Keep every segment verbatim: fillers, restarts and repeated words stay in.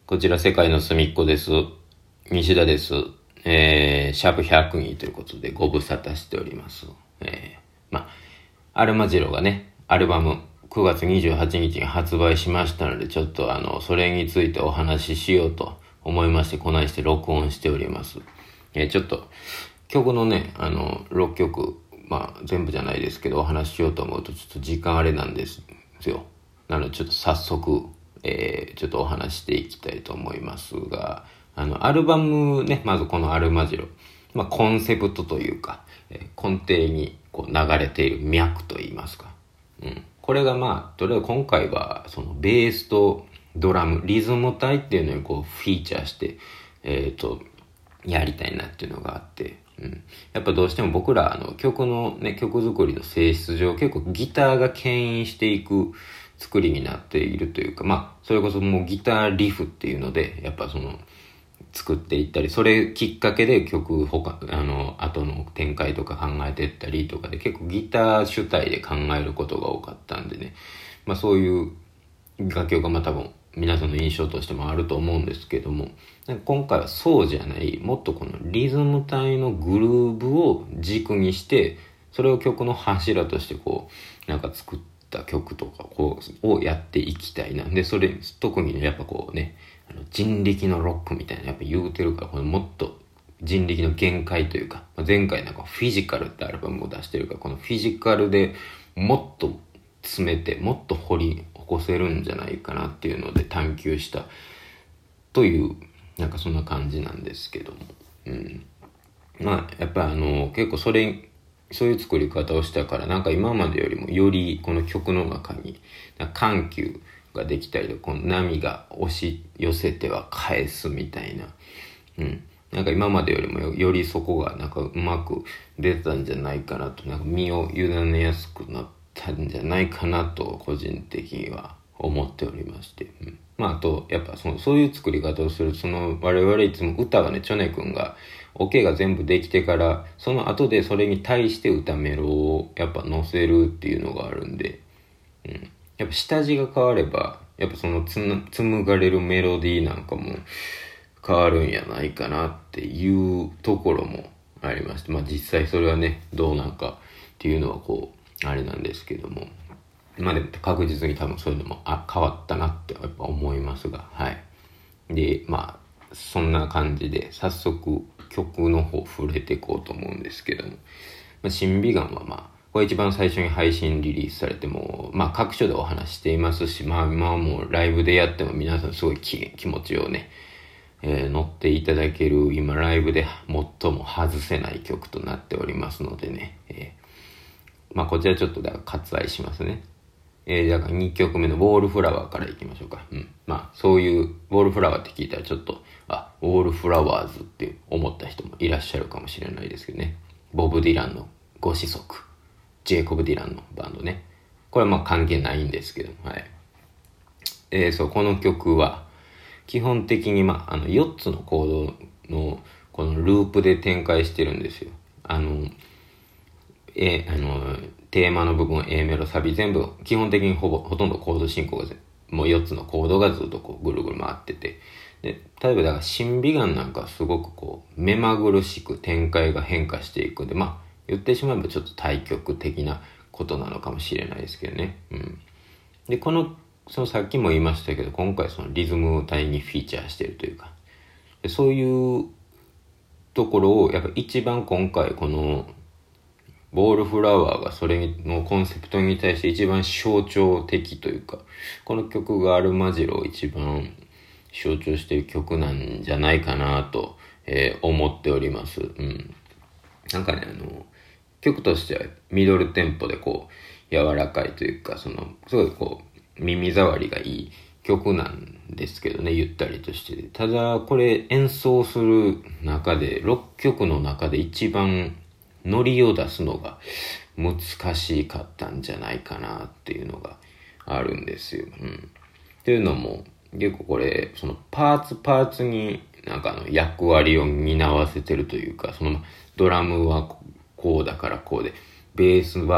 こちら世界の隅っこです。西田です。えー、シャープひゃくにということでご無沙汰しております。えー、まあ、アルマジロがね、アルバムくがつにじゅうはちにちに発売しましたので、ちょっとあの、それについてお話ししようと思いまして、こないして録音しております。えー、ちょっと、曲のね、あの、ろっきょく、まあ、全部じゃないですけど、お話ししようと思うと、ちょっと時間あれなんですよ。なので、ちょっと早速、えー、ちょっとお話していきたいと思いますが、あの、アルバムね、まずこのアルマジロ、まあ、コンセプトというか、えー、根底にこう流れている脈といいますか、うん、これがまあ、とりあえず今回は、そのベースとドラム、リズム体っていうのにこう、フィーチャーして、えっと、やりたいなっていうのがあって、うん、やっぱどうしても僕らあの曲のね、曲作りの性質上結構ギターが牽引していく作りになっているというか、まあそれこそもうギターリフっていうのでやっぱその作っていったり、それきっかけで曲他あの後の展開とか考えていったりとかで結構ギター主体で考えることが多かったんでね、まあそういう楽曲がまあ多分皆さんの印象としてもあると思うんですけども、今回はそうじゃない、もっとこのリズム体のグルーブを軸にしてそれを曲の柱としてこうなんか作った曲とかこうをやっていきたいな。でそれ特にねやっぱこうね、あの人力のロックみたいなやっぱ言うてるから、これもっと人力の限界というか、前回なんかフィジカルってアルバムを出してるから、このフィジカルでもっと詰めてもっと掘り起こせるんじゃないかなっていうので探求したというなんかそんな感じなんですけども、うん、まあやっぱあの結構それそういう作り方をしたから、なんか今までよりもよりこの曲の中に緩急ができたりとか、この波が押し寄せては返すみたいな、うん、なんか今までよりも よ, よりそこがなんかうまく出たんじゃないかなと、なんか身を委ねやすくなったんじゃないかなと個人的には思っておりまして、うん、まああとやっぱそのそういう作り方をする、その我々いつも歌がね、チョネ君がオ、ケが全部できてからその後でそれに対して歌メロをやっぱ載せるっていうのがあるんで、うん、やっぱ下地が変わればやっぱその紡がれるメロディーなんかも変わるんやないかなっていうところもありまして、まあ実際それはねどうなんかっていうのはこうあれなんですけども、まあでも確実に多分そういうのもあ変わったなってやっぱ思いますが、はい。でまあそんな感じで早速曲の方触れていこうと思うんですけども、まあ、新美顔はまあこれ一番最初に配信リリースされてもまあ各所でお話していますし、まあ今はもうライブでやっても皆さんすごい気気持ちをね、えー、乗っていただける今ライブで最も外せない曲となっておりますのでね、えー、まあこちらちょっとだから割愛しますね。えー、だからにきょくめのウォールフラワーからいきましょうか。うん。まあそういうウォールフラワーって聞いたらちょっとあウォールフラワーズって思った人もいらっしゃるかもしれないですけどね。ボブ・ディランのご子息、ジェイコブ・ディランのバンドね。これはまあ関係ないんですけど、はい。えー、そうこの曲は基本的に、まあ、あのよっつのコードのこのループで展開してるんですよ。あの、えあのテーマの部分 A メロサビ全部基本的にほぼほとんどコード進行がもうよっつのコードがずっとこうぐるぐる回ってて、で例えばだから新美顔なんかすごくこう目まぐるしく展開が変化していくんで、まあ言ってしまえばちょっと対極的なことなのかもしれないですけどね。うん。でこのそのさっきも言いましたけど、今回そのリズム体にフィーチャーしてるというか、でそういうところをやっぱ一番今回このボールフラワーがそれのコンセプトに対して一番象徴的というか、この曲がアルマジロを一番象徴している曲なんじゃないかなと、えー、思っております。うん。なんかね、あの、曲としてはミドルテンポでこう、柔らかいというか、その、すごいこう、耳障りがいい曲なんですけどね、ゆったりとして。ただ、これ演奏する中で、ろっきょくの中で一番ノリを出すのが難しかったんじゃないかなっていうのがあるんですよ。うん。っていうのも、結構これ、そのパーツパーツになんかあの役割を担わせてるというか、そのドラムはこうだからこうで、ベースは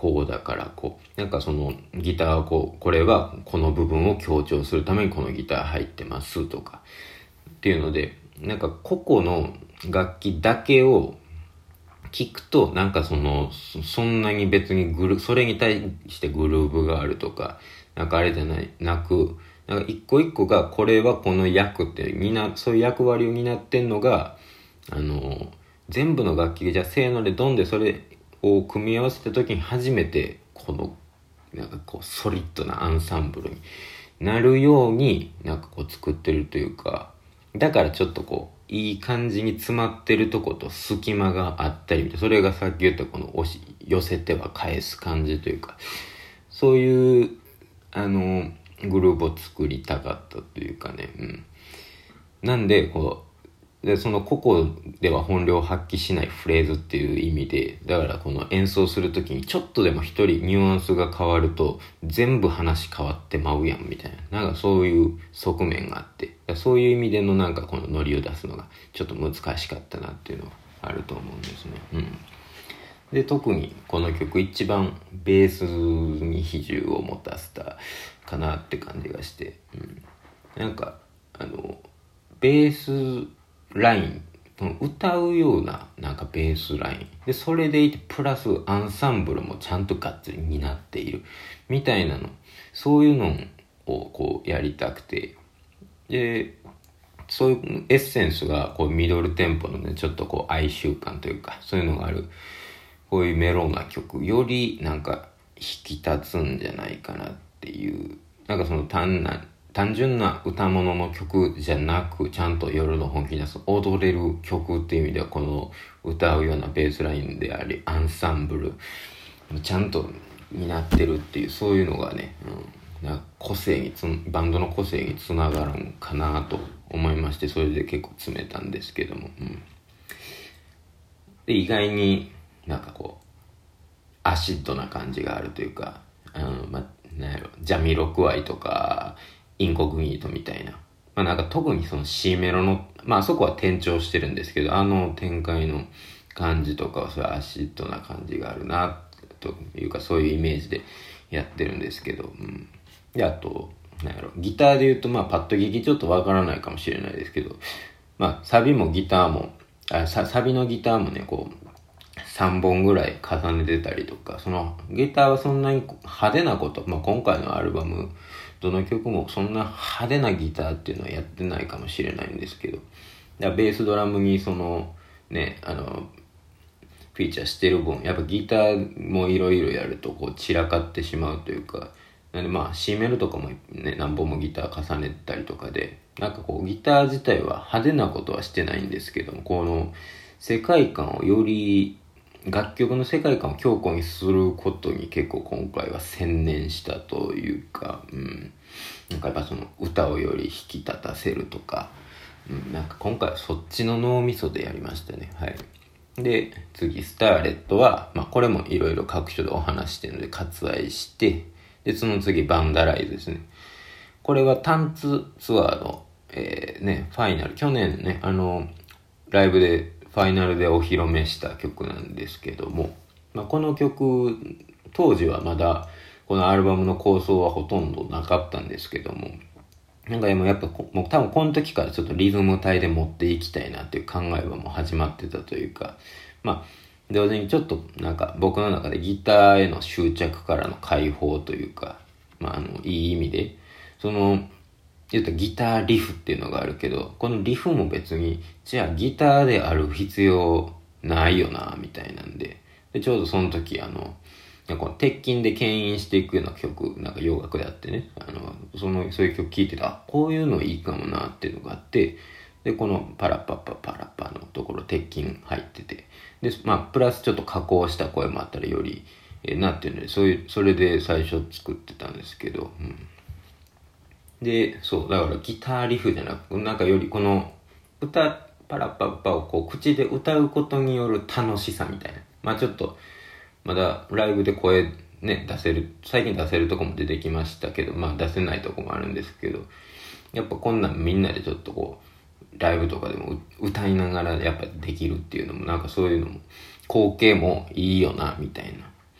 こうだからこう。なんかそのギターはこう、これはこの部分を強調するためにこのギター入ってますとか。っていうので、なんか個々の楽器だけを聞くと、なんかその、そんなに別にグル、それに対してグルーブがあるとか、なんかあれじゃない、なく、なんか一個一個が、これはこの役って、みんな、そういう役割を担ってんのが、あの、全部の楽器でじゃあせーのでドンでそれを組み合わせた時に初めて、この、なんかこう、ソリッドなアンサンブルになるように、なんかこう作ってるというか、だからちょっとこう、いい感じに詰まってるとこと隙間があったり、それがさっき言ったこの押し、寄せては返す感じというか、そういう、あの、グループを作りたかったというかね、うん。なんで、こう、で、その個々では本領を発揮しないフレーズっていう意味で、だからこの演奏するときにちょっとでも一人ニュアンスが変わると全部話変わってまうやんみたいな。なんかそういう側面があって、そういう意味でのなんかこのノリを出すのがちょっと難しかったなっていうのはあると思うんですね。うん。で、特にこの曲一番ベースに比重を持たせたかなって感じがして、うん。なんか、あの、ベースライン、歌うようななんかベースラインで、それでいてプラスアンサンブルもちゃんとがっつり担っているみたいなの、そういうのをこうやりたくて、でそういうエッセンスがこうミドルテンポのね、ちょっとこう哀愁感というかそういうのがある、こういうメロな曲よりなんか引き立つんじゃないかなっていう、なんかその単な単純な歌物の曲じゃなく、ちゃんと夜の本気出す踊れる曲っていう意味では、この歌うようなベースラインでありアンサンブルちゃんと担ってるっていう、そういうのがね、うん、なんか個性につバンドの個性につながるんかなと思いまして、それで結構詰めたんですけども、うん、で意外になんかこうアシッドな感じがあるというか、あの、まあ、なんやろ、ジャミロクワイとかインコグニートみたいな、まあなんか特にその C メロの、まああそこは転調してるんですけど、あの展開の感じとかはそういうアシッドな感じがあるなというか、そういうイメージでやってるんですけど、うん、であとなんやろ、ギターで言うとまあパッと聞きちょっとわからないかもしれないですけど、まあサビもギターもあササビのギターもね、こうさんぼんぐらい重ねてたりとか、そのギターはそんなに派手なこと、まあ今回のアルバムどの曲もそんな派手なギターっていうのはやってないかもしれないんですけど、だからベースドラムにそのね、あのフィーチャーしてる分、やっぱギターもいろいろやるとこう散らかってしまうというか、なんでまあ C メロとかもね、何本もギター重ねたりとかで、なんかこうギター自体は派手なことはしてないんですけども、この世界観をより楽曲の世界観を強固にすることに結構今回は専念したというか、うん、なんかやっぱその歌をより引き立たせるとか、うん、なんか今回はそっちの脳みそでやりましたね。はい。で、次、スターレットは、まあこれもいろいろ各所でお話してるので割愛して、で、その次、バンダライズですね。これは単ツツアーの、えー、ね、ファイナル、去年ね、あの、ライブで、ファイナルでお披露目した曲なんですけども、まあ、この曲、当時はまだ、このアルバムの構想はほとんどなかったんですけども、なんかでもやっぱ、もう多分この時からちょっとリズム体で持っていきたいなっていう考えはもう始まってたというか、まあ、同時にちょっとなんか僕の中でギターへの執着からの解放というか、まああの、いい意味で、その、言うとギターリフっていうのがあるけど、このリフも別に、じゃあギターである必要ないよな、みたいなんで、で、ちょうどその時あの、なんか鉄筋で牽引していくような曲、なんか洋楽であってね、あの、その、そういう曲聴いてて、あ、こういうのいいかもなっていうのがあって、で、このパラッパッパパラッパのところ鉄筋入ってて、で、まあ、プラスちょっと加工した声もあったらより、えー、なっていうので、そういう、それで最初作ってたんですけど、うん。で、そう、だからギターリフじゃなく、なんかよりこの歌、パラッパッパをこう口で歌うことによる楽しさみたいな。まあちょっと、まだライブで声ね、出せる、最近出せるとこも出てきましたけど、まあ出せないとこもあるんですけど、やっぱこんなんみんなでちょっとこう、ライブとかでも歌いながらやっぱできるっていうのも、なんかそういうのも、光景もいいよな、みたいな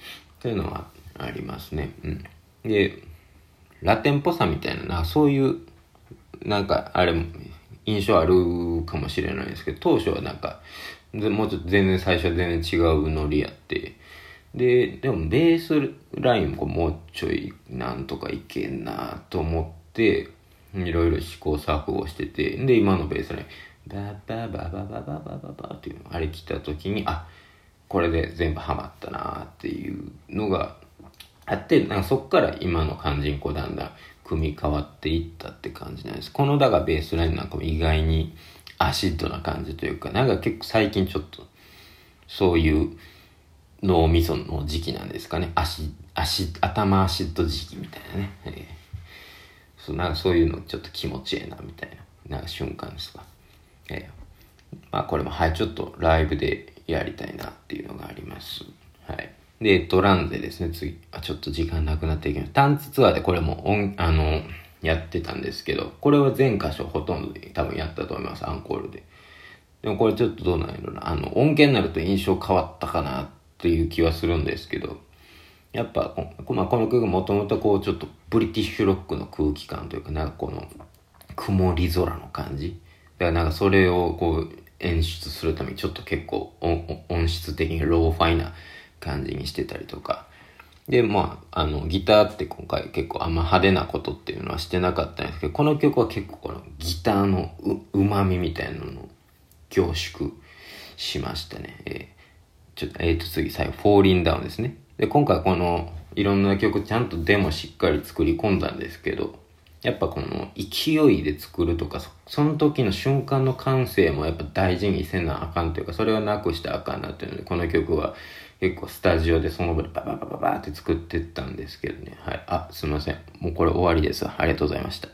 というのはありますね。うん。で、ラテンっぽさみたいな、なんかそういう、なんかあれも印象あるかもしれないですけど、当初はなんか、もうちょっと全然最初は全然違うノリやって、で、でもベースラインももうちょいなんとかいけんなと思って、いろいろ試行錯誤してて、で、今のベースライン、バーバーバーバーバーバーバーバーバーっていうのあれ来た時に、あ、これで全部ハマったなっていうのがあって、なんかそっから今の感じにこうだんだん組み変わっていったって感じなんです。このだがベースラインなんかも意外にアシッドな感じというか、なんか結構最近ちょっとそういう脳みその時期なんですかね。足、足、頭アシッド時期みたいなね。えー、そう、なんかそういうのちょっと気持ちええなみたいな、なんか瞬間ですが。えー、まあこれもはい、ちょっとライブでやりたいなっていうのがあります。はい。で、トランゼですね。次。あ、ちょっと時間なくなっていきます。単ツツアーでこれも音、あの、やってたんですけど、これは全箇所ほとんどで多分やったと思います。アンコールで。でもこれちょっとどうなんやろな。あの、音源になると印象変わったかなっていう気はするんですけど、やっぱこ、まあ、この曲もともとこうちょっとブリティッシュロックの空気感というか、なんかこの曇り空の感じ。だからなんかそれをこう演出するためにちょっと結構音音質的にローファイな感じにしてたりとか。で、まあ、あの、ギターって今回結構あんま派手なことっていうのはしてなかったんですけど、この曲は結構このギターのう、旨味みたいなのを凝縮しましたね。えー、ちょっと、えーと、次、最後、フォーリンダウンですね。で、今回この、いろんな曲ちゃんとデモしっかり作り込んだんですけど、やっぱこの勢いで作るとか、そその時の瞬間の感性もやっぱ大事にせなあかんというか、それをなくしたらあかんなっていうので、この曲は結構スタジオでその場でバババババーって作ってったんですけどね。はい。あ、すいません。もうこれ終わりです。ありがとうございました。